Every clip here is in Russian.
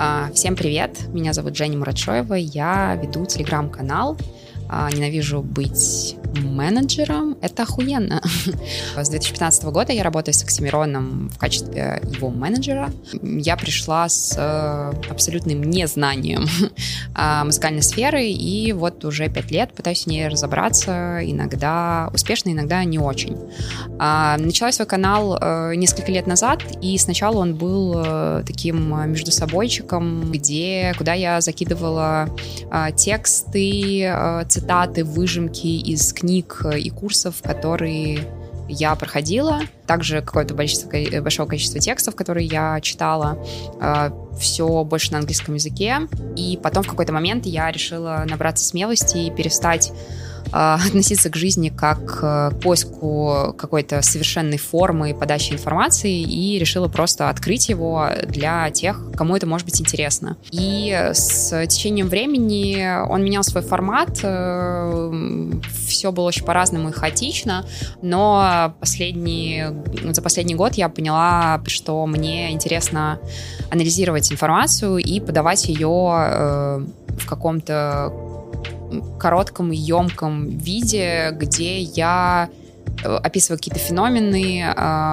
Всем привет, меня зовут Женя Мурашоева, я веду телеграм-канал «Ненавижу быть менеджером». Это охуенно. С 2015 года я работаю с Оксимироном в качестве его менеджера. Я пришла с абсолютным незнанием музыкальной сферы, и вот уже 5 лет пытаюсь в ней разобраться, иногда успешно, иногда не очень. Начала свой канал несколько лет назад, и сначала он был таким междусобойчиком, куда я закидывала тексты, цитаты, выжимки из книг и курсов, которые я проходила. Также какое-то большое количество текстов, которые я читала. Все больше на английском языке. И потом в какой-то момент я решила набраться смелости и перестать относиться к жизни как к поиску какой-то совершенной формы подачи информации и решила просто открыть его для тех, кому это может быть интересно. И с течением времени он менял свой формат, все было очень по-разному и хаотично, но за последний год я поняла, что мне интересно анализировать информацию и подавать ее в каком-то коротком и емком виде, где я описываю какие-то феномены,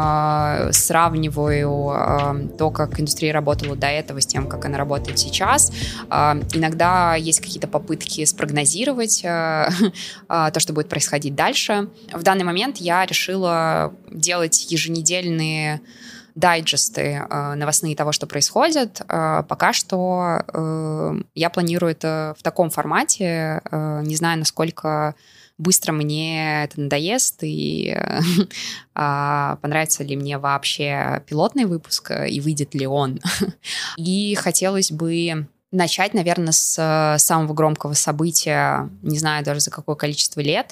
сравниваю то, как индустрия работала до этого с тем, как она работает сейчас. Иногда есть какие-то попытки спрогнозировать то, что будет происходить дальше. В данный момент я решила делать еженедельные дайджесты новостные того, что происходит. Пока что я планирую это в таком формате. Не знаю, насколько быстро мне это надоест и понравится ли мне вообще пилотный выпуск и выйдет ли он. И хотелось бы начать, наверное, с самого громкого события, не знаю даже за какое количество лет,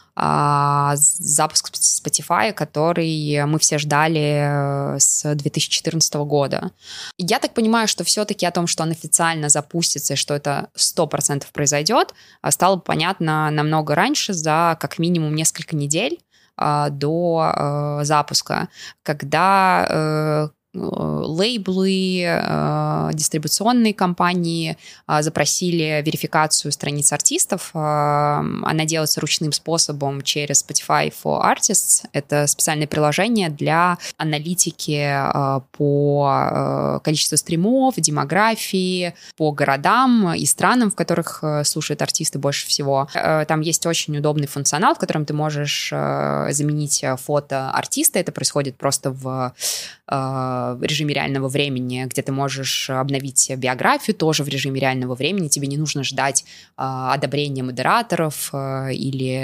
запуск Spotify, который мы все ждали с 2014 года. Я так понимаю, что все-таки о том, что он официально запустится и что это 100% произойдет, стало понятно намного раньше, за как минимум несколько недель до запуска, когда лейблы, дистрибуционные компании запросили верификацию страниц артистов. Она делается ручным способом через Spotify for Artists. Это специальное приложение для аналитики по количеству стримов, демографии, по городам и странам, в которых слушают артисты больше всего. Там есть очень удобный функционал, в котором ты можешь заменить фото артиста. Это происходит просто в режиме реального времени, где ты можешь обновить биографию тоже в режиме реального времени. Тебе не нужно ждать одобрения модераторов или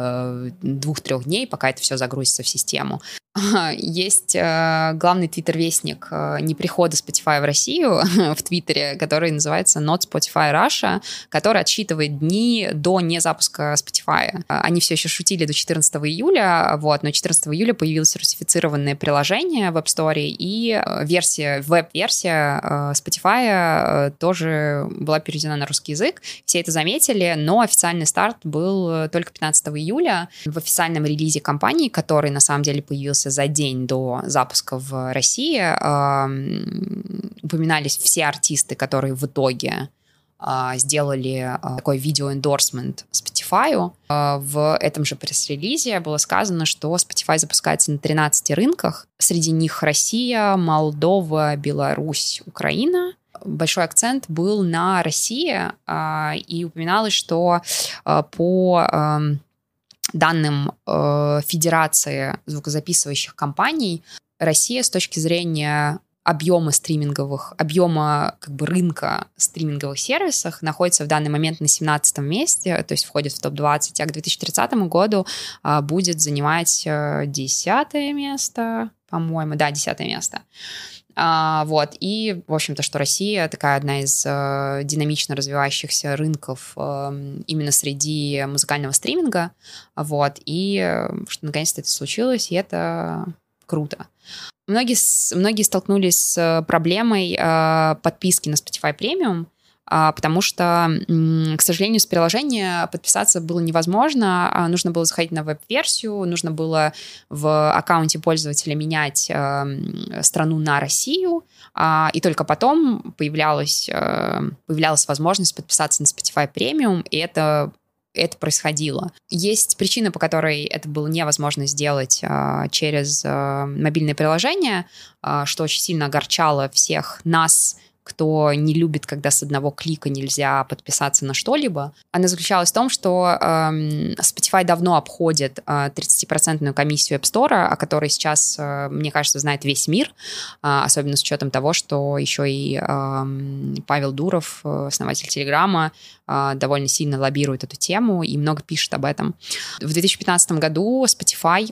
2-3 дней, пока это все загрузится в систему. Есть главный твиттер-вестник неприхода Spotify в Россию в Твиттере, который называется Not Spotify Russia, который отсчитывает дни до незапуска Spotify. Они все еще шутили до 14 июля, но 14 июля появилось русифицированное приложение в App Store, и веб-версия Spotify тоже была переведена на русский язык. Все это заметили, но официальный старт был только 15 июля. В официальном релизе компании, который на самом деле появился за день до запуска в России, упоминались все артисты, которые в итоге сделали такой видео-эндорсмент Spotify. В этом же пресс-релизе было сказано, что Spotify запускается на 13 рынках. Среди них Россия, Молдова, Беларусь, Украина. Большой акцент был на России, и упоминалось, что по данным Федерации звукозаписывающих компаний, Россия с точки зрения объема рынка стриминговых сервисов находится в данный момент на 17 месте, то есть входит в топ-20, а к 2030 году будет занимать 10 место, по-моему, 10 место. И, в общем-то, что Россия такая одна из динамично развивающихся рынков именно среди музыкального стриминга, и что наконец-то это случилось, и это круто. Многие столкнулись с проблемой подписки на Spotify Premium, потому что, к сожалению, с приложения подписаться было невозможно. Нужно было заходить на веб-версию, нужно было в аккаунте пользователя менять страну на Россию, и только потом появлялась возможность подписаться на Spotify Premium, и это происходило. Есть причина, по которой это было невозможно сделать через мобильное приложение, что очень сильно огорчало всех нас, кто не любит, когда с одного клика нельзя подписаться на что-либо. Она заключалась в том, что Spotify давно обходит 30% комиссию App Store, о которой сейчас, мне кажется, знает весь мир, особенно с учетом того, что еще и Павел Дуров, основатель Телеграма, довольно сильно лоббирует эту тему и много пишет об этом. В 2015 году Spotify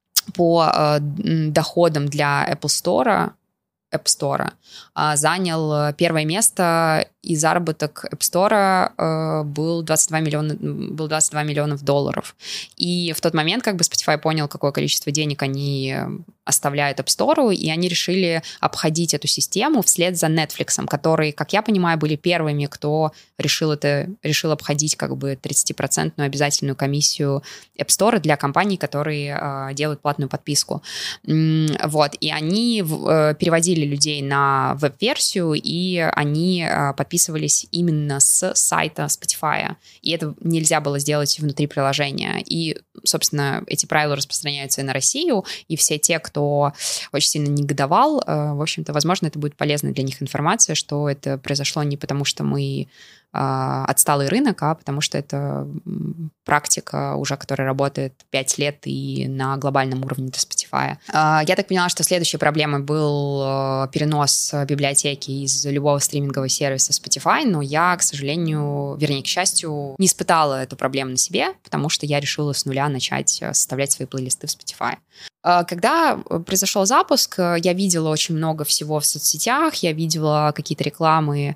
по доходам для App Store занял первое место, и заработок App Store был 22 миллионов долларов. И в тот момент как бы Spotify понял, какое количество денег они оставляют App Store, и они решили обходить эту систему вслед за Netflix, которые, как я понимаю, были первыми, кто решил обходить как бы 30% обязательную комиссию App Store для компаний, которые делают платную подписку. Вот. И они переводили людей на веб-версию, и они подписывались именно с сайта Spotify. И это нельзя было сделать внутри приложения. И, собственно, эти правила распространяются и на Россию, и все те, кто очень сильно негодовал, в общем-то, возможно, это будет полезной для них информация, что это произошло не потому, что мы отсталый рынок, а потому что это практика уже, которая работает 5 лет и на глобальном уровне для Spotify. Я так поняла, что следующей проблемой был перенос библиотеки из любого стримингового сервиса Spotify, но я, к сожалению, вернее, к счастью, не испытала эту проблему на себе, потому что я решила с нуля начать составлять свои плейлисты в Spotify. Когда произошел запуск, я видела очень много всего в соцсетях, я видела какие-то рекламы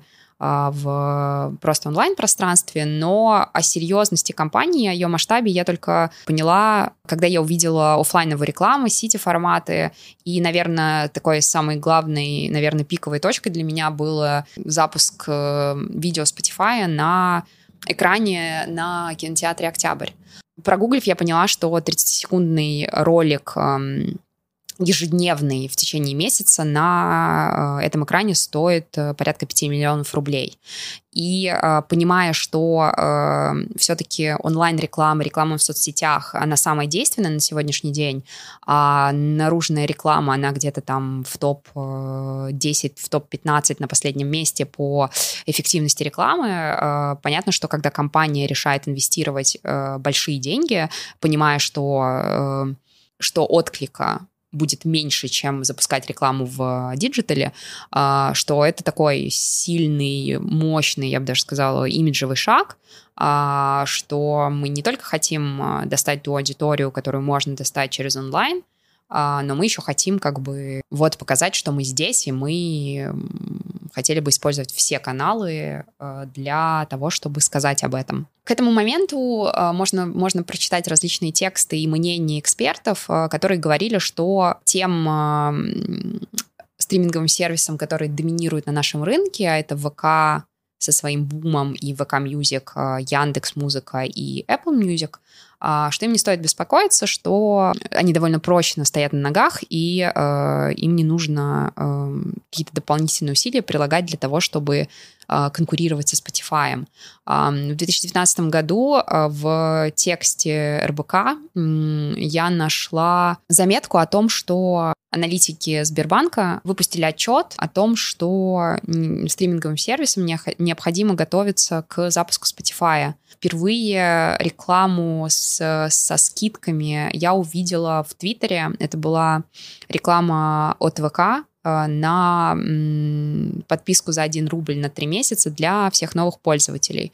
в просто онлайн-пространстве, но о серьезности компании, о ее масштабе я только поняла, когда я увидела офлайновую рекламу, сити-форматы, и, наверное, такой самой главной, наверное, пиковой точкой для меня был запуск видео Spotify на экране на кинотеатре «Октябрь». Прогуглив, я поняла, что 30-секундный ролик ежедневный в течение месяца на этом экране стоит порядка 5 миллионов рублей. И понимая, что все-таки онлайн-реклама в соцсетях, она самая действенная на сегодняшний день, а наружная реклама, она где-то там в топ-10, в топ-15 на последнем месте по эффективности рекламы, понятно, что когда компания решает инвестировать большие деньги, понимая, что отклика будет меньше, чем запускать рекламу в диджитале, что это такой сильный, мощный, я бы даже сказала, имиджевый шаг, что мы не только хотим достать ту аудиторию, которую можно достать через онлайн, но мы еще хотим как бы вот показать, что мы здесь, и мы хотели бы использовать все каналы для того, чтобы сказать об этом. К этому моменту можно прочитать различные тексты и мнения экспертов, которые говорили, что тем стриминговым сервисам, которые доминируют на нашем рынке, а это ВК со своим бумом и ВК Music, Яндекс.Музыка и Apple Music, что им не стоит беспокоиться, что они довольно прочно стоят на ногах, и им не нужно какие-то дополнительные усилия прилагать для того, чтобы конкурировать со Spotify. В 2019 году в тексте РБК я нашла заметку о том, что аналитики Сбербанка выпустили отчет о том, что стриминговым сервисам необходимо готовиться к запуску Spotify. Впервые рекламу со скидками я увидела в Твиттере. Это была реклама от ВК на подписку за 1 рубль на 3 месяца для всех новых пользователей.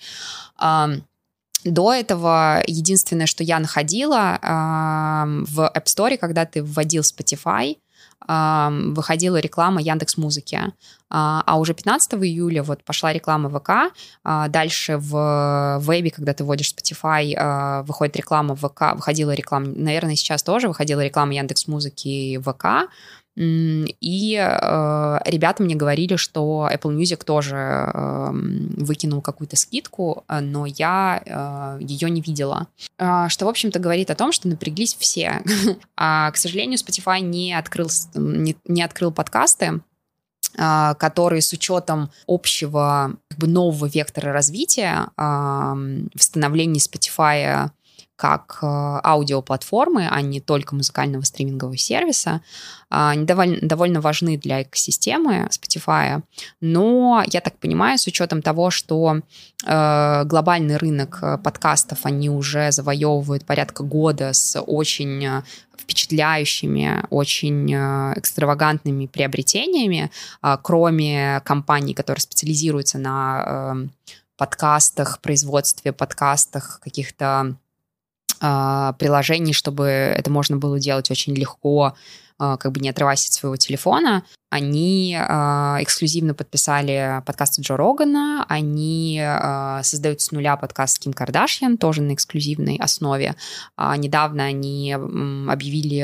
До этого единственное, что я находила в App Store, когда ты вводил Spotify, выходила реклама Яндекс.Музыки. А уже 15 июля вот пошла реклама ВК. Дальше в вебе, когда ты вводишь Spotify, выходит реклама ВК. Выходила реклама, наверное, сейчас тоже выходила реклама Яндекс.Музыки и ВК. И ребята мне говорили, что Apple Music тоже выкинул какую-то скидку, но я ее не видела. Что, в общем-то, говорит о том, что напряглись все. К сожалению, Spotify не открыл подкасты, которые с учетом общего нового вектора развития в становлении Spotify как аудиоплатформы, а не только музыкального стримингового сервиса, они довольно важны для экосистемы Spotify. Но, я так понимаю, с учетом того, что глобальный рынок подкастов они уже завоевывают порядка года с очень впечатляющими, очень экстравагантными приобретениями, кроме компаний, которые специализируются на подкастах, производстве подкастах, каких-то приложений, чтобы это можно было делать очень легко, как бы не отрываясь от своего телефона. Они эксклюзивно подписали подкасты Джо Рогана, они создают с нуля подкаст Ким Кардашьян, тоже на эксклюзивной основе. Недавно они объявили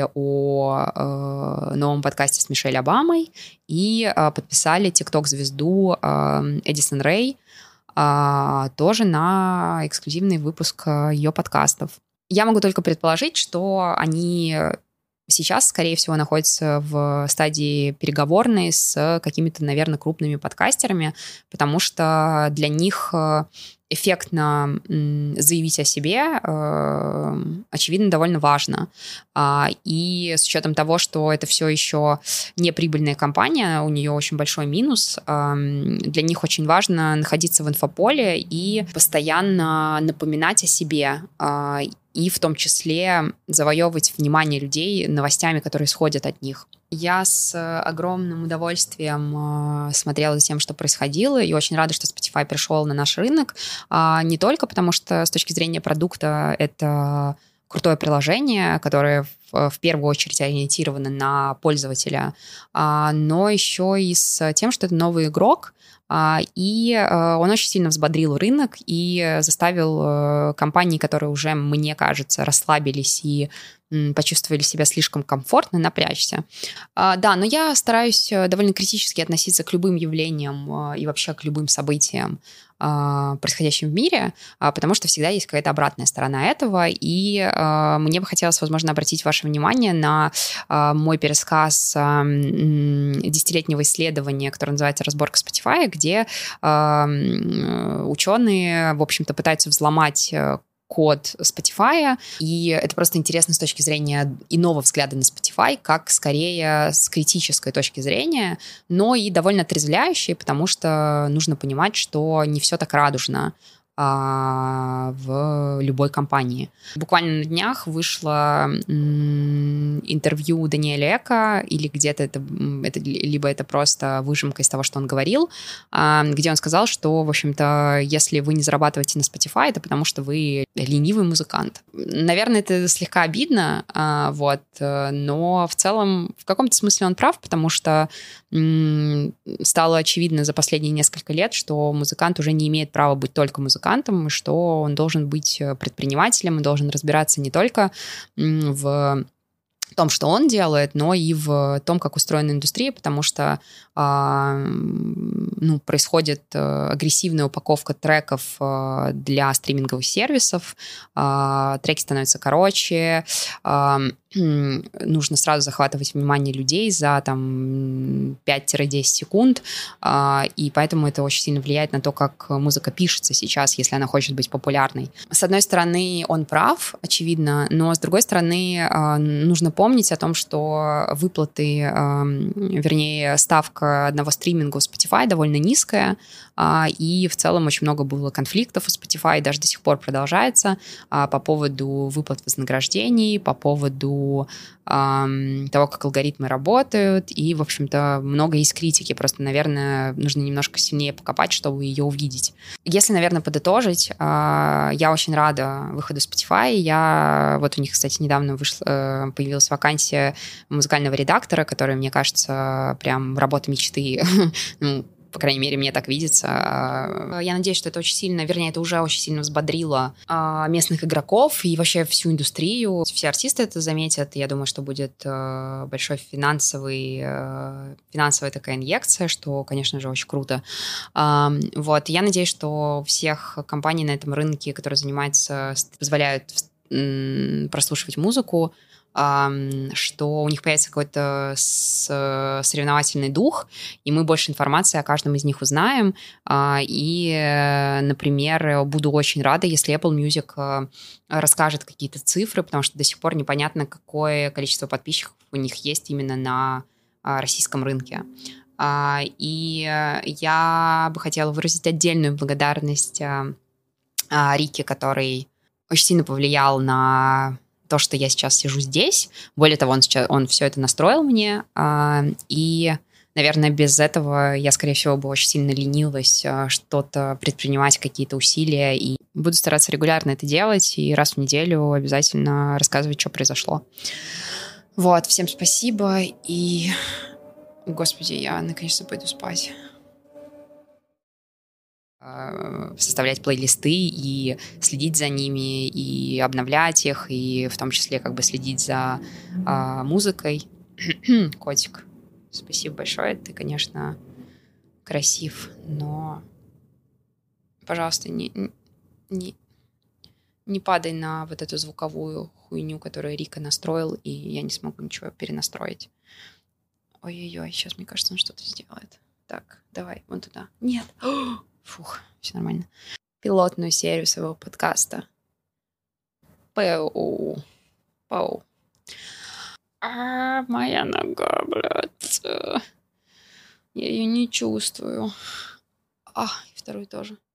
о новом подкасте с Мишель Обамой и подписали тикток-звезду Эдисон Рэй тоже на эксклюзивный выпуск ее подкастов. Я могу только предположить, что они сейчас, скорее всего, находятся в стадии переговорной с какими-то, наверное, крупными подкастерами, потому что для них эффектно заявить о себе, очевидно, довольно важно. И с учетом того, что это все еще не прибыльная компания, у нее очень большой минус, для них очень важно находиться в инфополе и постоянно напоминать о себе, и в том числе завоевывать внимание людей новостями, которые исходят от них. Я с огромным удовольствием смотрела за тем, что происходило, и очень рада, что Spotify пришел на наш рынок. Не только потому, что с точки зрения продукта это крутое приложение, которое в первую очередь ориентировано на пользователя, но еще и с тем, что это новый игрок, и он очень сильно взбодрил рынок и заставил компании, которые уже, мне кажется, расслабились и почувствовали себя слишком комфортно, напрячься. Да, но я стараюсь довольно критически относиться к любым явлениям и вообще к любым событиям, происходящим в мире, потому что всегда есть какая-то обратная сторона этого, и мне бы хотелось, возможно, обратить ваше внимание на мой пересказ десятилетнего исследования, которое называется «Разборка Spotify», где ученые, в общем-то, пытаются взломать код Spotify, и это просто интересно с точки зрения иного взгляда на Spotify, как скорее с критической точки зрения, но и довольно отрезвляющей, потому что нужно понимать, что не все так радужно в любой компании. Буквально на днях вышло интервью Даниэля Эка, или где-то это либо это просто выжимка из того, что он говорил, где он сказал, что, в общем-то, если вы не зарабатываете на Spotify, это потому что вы ленивый музыкант. Наверное, это слегка обидно, но в целом в каком-то смысле он прав, потому что стало очевидно за последние несколько лет, что музыкант уже не имеет права быть только музыкантом, и что он должен быть предпринимателем и должен разбираться не только в том, что он делает, но и в том, как устроена индустрия, потому что происходит агрессивная упаковка треков для стриминговых сервисов, треки становятся короче, нужно сразу захватывать внимание людей за 5-10 секунд, и поэтому это очень сильно влияет на то, как музыка пишется сейчас, если она хочет быть популярной. С одной стороны, он прав, очевидно, но с другой стороны, нужно помнить о том, что выплаты, вернее, ставка одного стриминга у Spotify довольно низкая, и в целом очень много было конфликтов у Spotify, даже до сих пор продолжается, по поводу выплат вознаграждений, по поводу того, как алгоритмы работают, и, в общем-то, много есть критики, просто, наверное, нужно немножко сильнее покопать, чтобы ее увидеть. Если, наверное, подытожить, я очень рада выходу Spotify. У них, кстати, недавно появилась вакансия музыкального редактора, которая, мне кажется, прям работа мечты. По крайней мере, мне так видится. Я надеюсь, что это очень сильно, вернее, это уже очень сильно взбодрило местных игроков и вообще всю индустрию. Все артисты это заметят. Я думаю, что будет большой финансовая такая инъекция, что, конечно же, очень круто. Вот. Я надеюсь, что всех компаний на этом рынке, которые позволяют прослушивать музыку, что у них появится какой-то соревновательный дух, и мы больше информации о каждом из них узнаем. И, например, буду очень рада, если Apple Music расскажет какие-то цифры, потому что до сих пор непонятно, какое количество подписчиков у них есть именно на российском рынке. И я бы хотела выразить отдельную благодарность Рике, который очень сильно повлиял на то, что я сейчас сижу здесь. Более того, он все это настроил мне. И, наверное, без этого я, скорее всего, бы очень сильно ленилась что-то предпринимать, какие-то усилия. И буду стараться регулярно это делать и раз в неделю обязательно рассказывать, что произошло. Вот, всем спасибо. И, господи, я наконец-то пойду спать. Составлять плейлисты и следить за ними, и обновлять их, и в том числе как бы следить за музыкой. Котик, спасибо большое. Ты, конечно, красив, но, пожалуйста, не падай на вот эту звуковую хуйню, которую Рика настроил, и я не смогу ничего перенастроить. Ой-ой-ой, сейчас, мне кажется, он что-то сделает. Так, давай, вон туда. Нет. Фух, все нормально. Пилотную серию своего подкаста. Пау. Пау. Моя нога, блядь. Я ее не чувствую. И вторую тоже.